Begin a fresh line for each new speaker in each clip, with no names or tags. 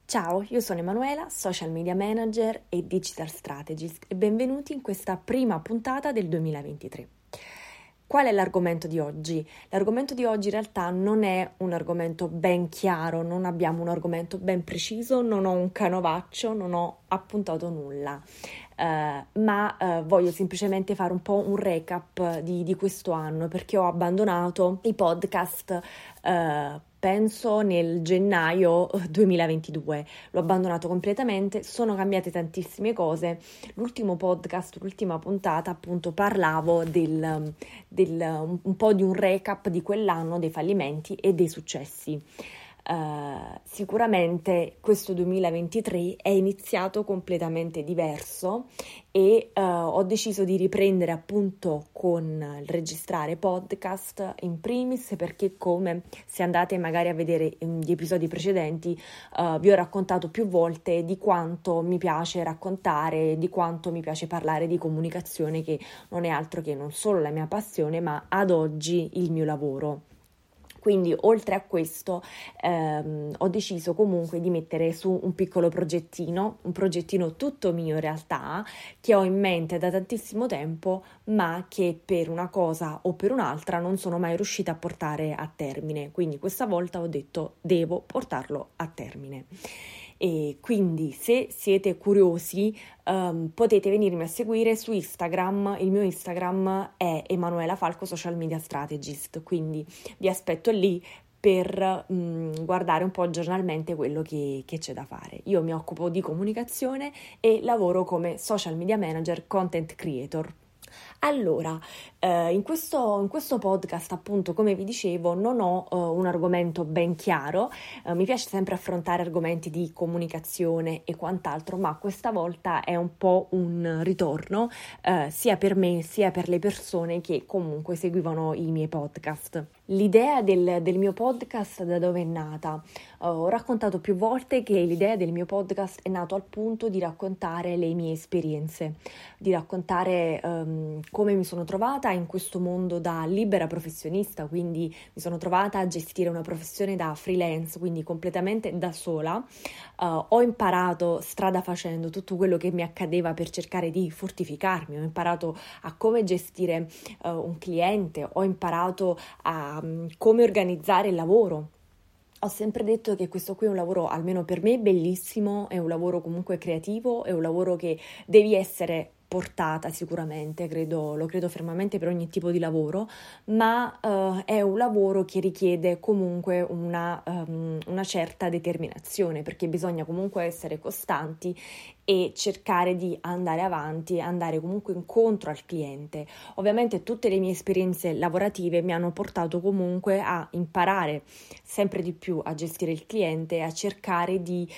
Ciao, io sono Emanuela, social media manager e digital strategist e benvenuti in questa prima puntata del 2023. Qual è l'argomento di oggi? L'argomento di oggi in realtà non è un argomento ben chiaro, non abbiamo un argomento ben preciso, non ho un canovaccio, non ho appuntato nulla. Ma voglio semplicemente fare un po' un recap di questo anno perché ho abbandonato i podcast penso nel gennaio 2022, l'ho abbandonato completamente, sono cambiate tantissime cose. L'ultima puntata appunto parlavo un po' di un recap di quell'anno, dei fallimenti e dei successi. Sicuramente questo 2023 è iniziato completamente diverso e ho deciso di riprendere appunto con il registrare podcast in primis perché, come se andate magari a vedere gli episodi precedenti, vi ho raccontato più volte di quanto mi piace raccontare, di quanto mi piace parlare di comunicazione, che non è altro che non solo la mia passione ma ad oggi il mio lavoro. Quindi oltre a questo ho deciso comunque di mettere su un piccolo progettino, un progettino tutto mio in realtà, che ho in mente da tantissimo tempo, ma che per una cosa o per un'altra non sono mai riuscita a portare a termine. Quindi questa volta ho detto devo portarlo a termine. E quindi se siete curiosi potete venirmi a seguire su Instagram. Il mio Instagram è Emanuela Falco Social Media Strategist, quindi vi aspetto lì per guardare un po' giornalmente quello che c'è da fare. Io mi occupo di comunicazione e lavoro come social media manager, content creator. Allora, in questo podcast, appunto, come vi dicevo, non ho un argomento ben chiaro, mi piace sempre affrontare argomenti di comunicazione e quant'altro, ma questa volta è un po' un ritorno, sia per me sia per le persone che comunque seguivano i miei podcast. L'idea del mio podcast da dove è nata? Ho raccontato più volte che l'idea del mio podcast è nato al punto di raccontare le mie esperienze, di raccontare come mi sono trovata in questo mondo da libera professionista, quindi mi sono trovata a gestire una professione da freelance, quindi completamente da sola. Ho imparato strada facendo tutto quello che mi accadeva per cercare di fortificarmi, ho imparato a come gestire un cliente, ho imparato a come organizzare il lavoro. Ho sempre detto che questo qui è un lavoro, almeno per me, bellissimo, è un lavoro comunque creativo, è un lavoro che devi essere portata sicuramente, lo credo fermamente per ogni tipo di lavoro, ma è un lavoro che richiede comunque una certa determinazione, perché bisogna comunque essere costanti e cercare di andare avanti, andare comunque incontro al cliente. Ovviamente tutte le mie esperienze lavorative mi hanno portato comunque a imparare sempre di più a gestire il cliente, a cercare di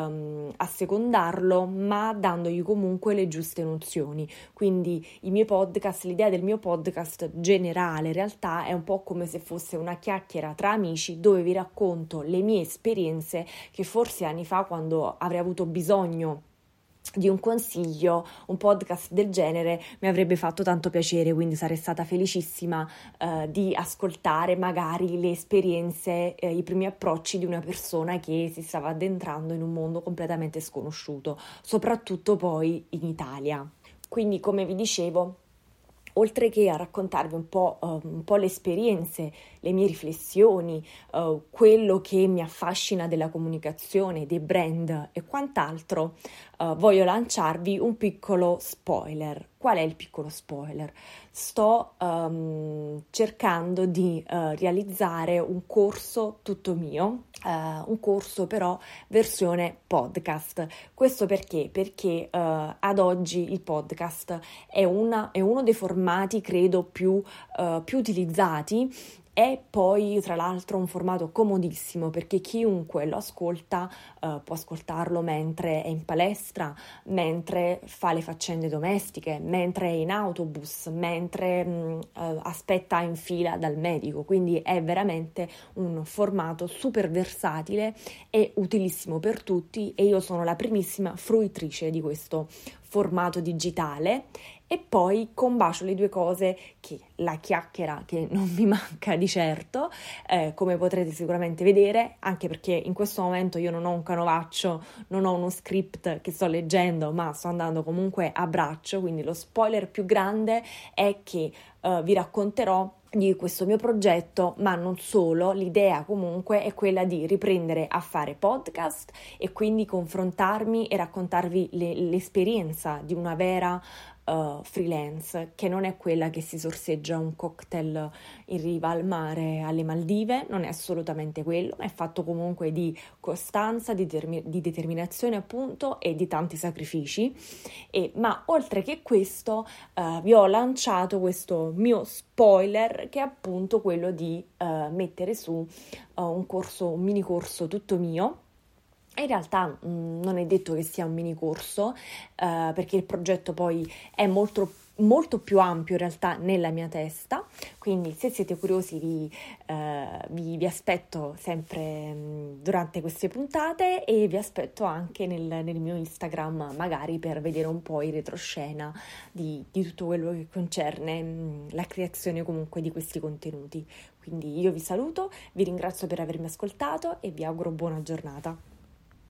assecondarlo, ma dandogli comunque le giuste nozioni. Quindi l'idea del mio podcast generale in realtà è un po' come se fosse una chiacchiera tra amici dove vi racconto le mie esperienze che forse anni fa, quando avrei avuto bisogno di un consiglio, un podcast del genere mi avrebbe fatto tanto piacere, quindi sarei stata felicissima di ascoltare magari le esperienze, i primi approcci di una persona che si stava addentrando in un mondo completamente sconosciuto, soprattutto poi in Italia. Quindi, come vi dicevo, oltre che a raccontarvi un po' le esperienze, le mie riflessioni, quello che mi affascina della comunicazione, dei brand e quant'altro, voglio lanciarvi un piccolo spoiler. Qual è il piccolo spoiler? Sto cercando di realizzare un corso tutto mio, un corso però versione podcast. Questo perché? Perché ad oggi il podcast è uno dei formati, credo, più utilizzati. È poi tra l'altro un formato comodissimo perché chiunque lo ascolta può ascoltarlo mentre è in palestra, mentre fa le faccende domestiche, mentre è in autobus, mentre aspetta in fila dal medico. Quindi è veramente un formato super versatile e utilissimo per tutti, e io sono la primissima fruitrice di questo formato digitale E poi combacio le due cose, che la chiacchiera che non mi manca di certo, come potrete sicuramente vedere, anche perché in questo momento io non ho un canovaccio, non ho uno script che sto leggendo, ma sto andando comunque a braccio, quindi lo spoiler più grande è che vi racconterò di questo mio progetto, ma non solo. L'idea comunque è quella di riprendere a fare podcast e quindi confrontarmi e raccontarvi l'esperienza di una vera freelance, che non è quella che si sorseggia un cocktail in riva al mare alle Maldive, non è assolutamente quello, è fatto comunque di costanza, di determinazione appunto e di tanti sacrifici. Ma oltre che questo vi ho lanciato questo mio spoiler, che è appunto quello di mettere su un mini corso tutto mio. In realtà non è detto che sia un mini corso, perché il progetto poi è molto più ampio in realtà nella mia testa, quindi se siete curiosi vi aspetto sempre durante queste puntate, e vi aspetto anche nel mio Instagram, magari per vedere un po' in retroscena di tutto quello che concerne la creazione comunque di questi contenuti. Quindi io vi saluto, vi ringrazio per avermi ascoltato e vi auguro buona giornata.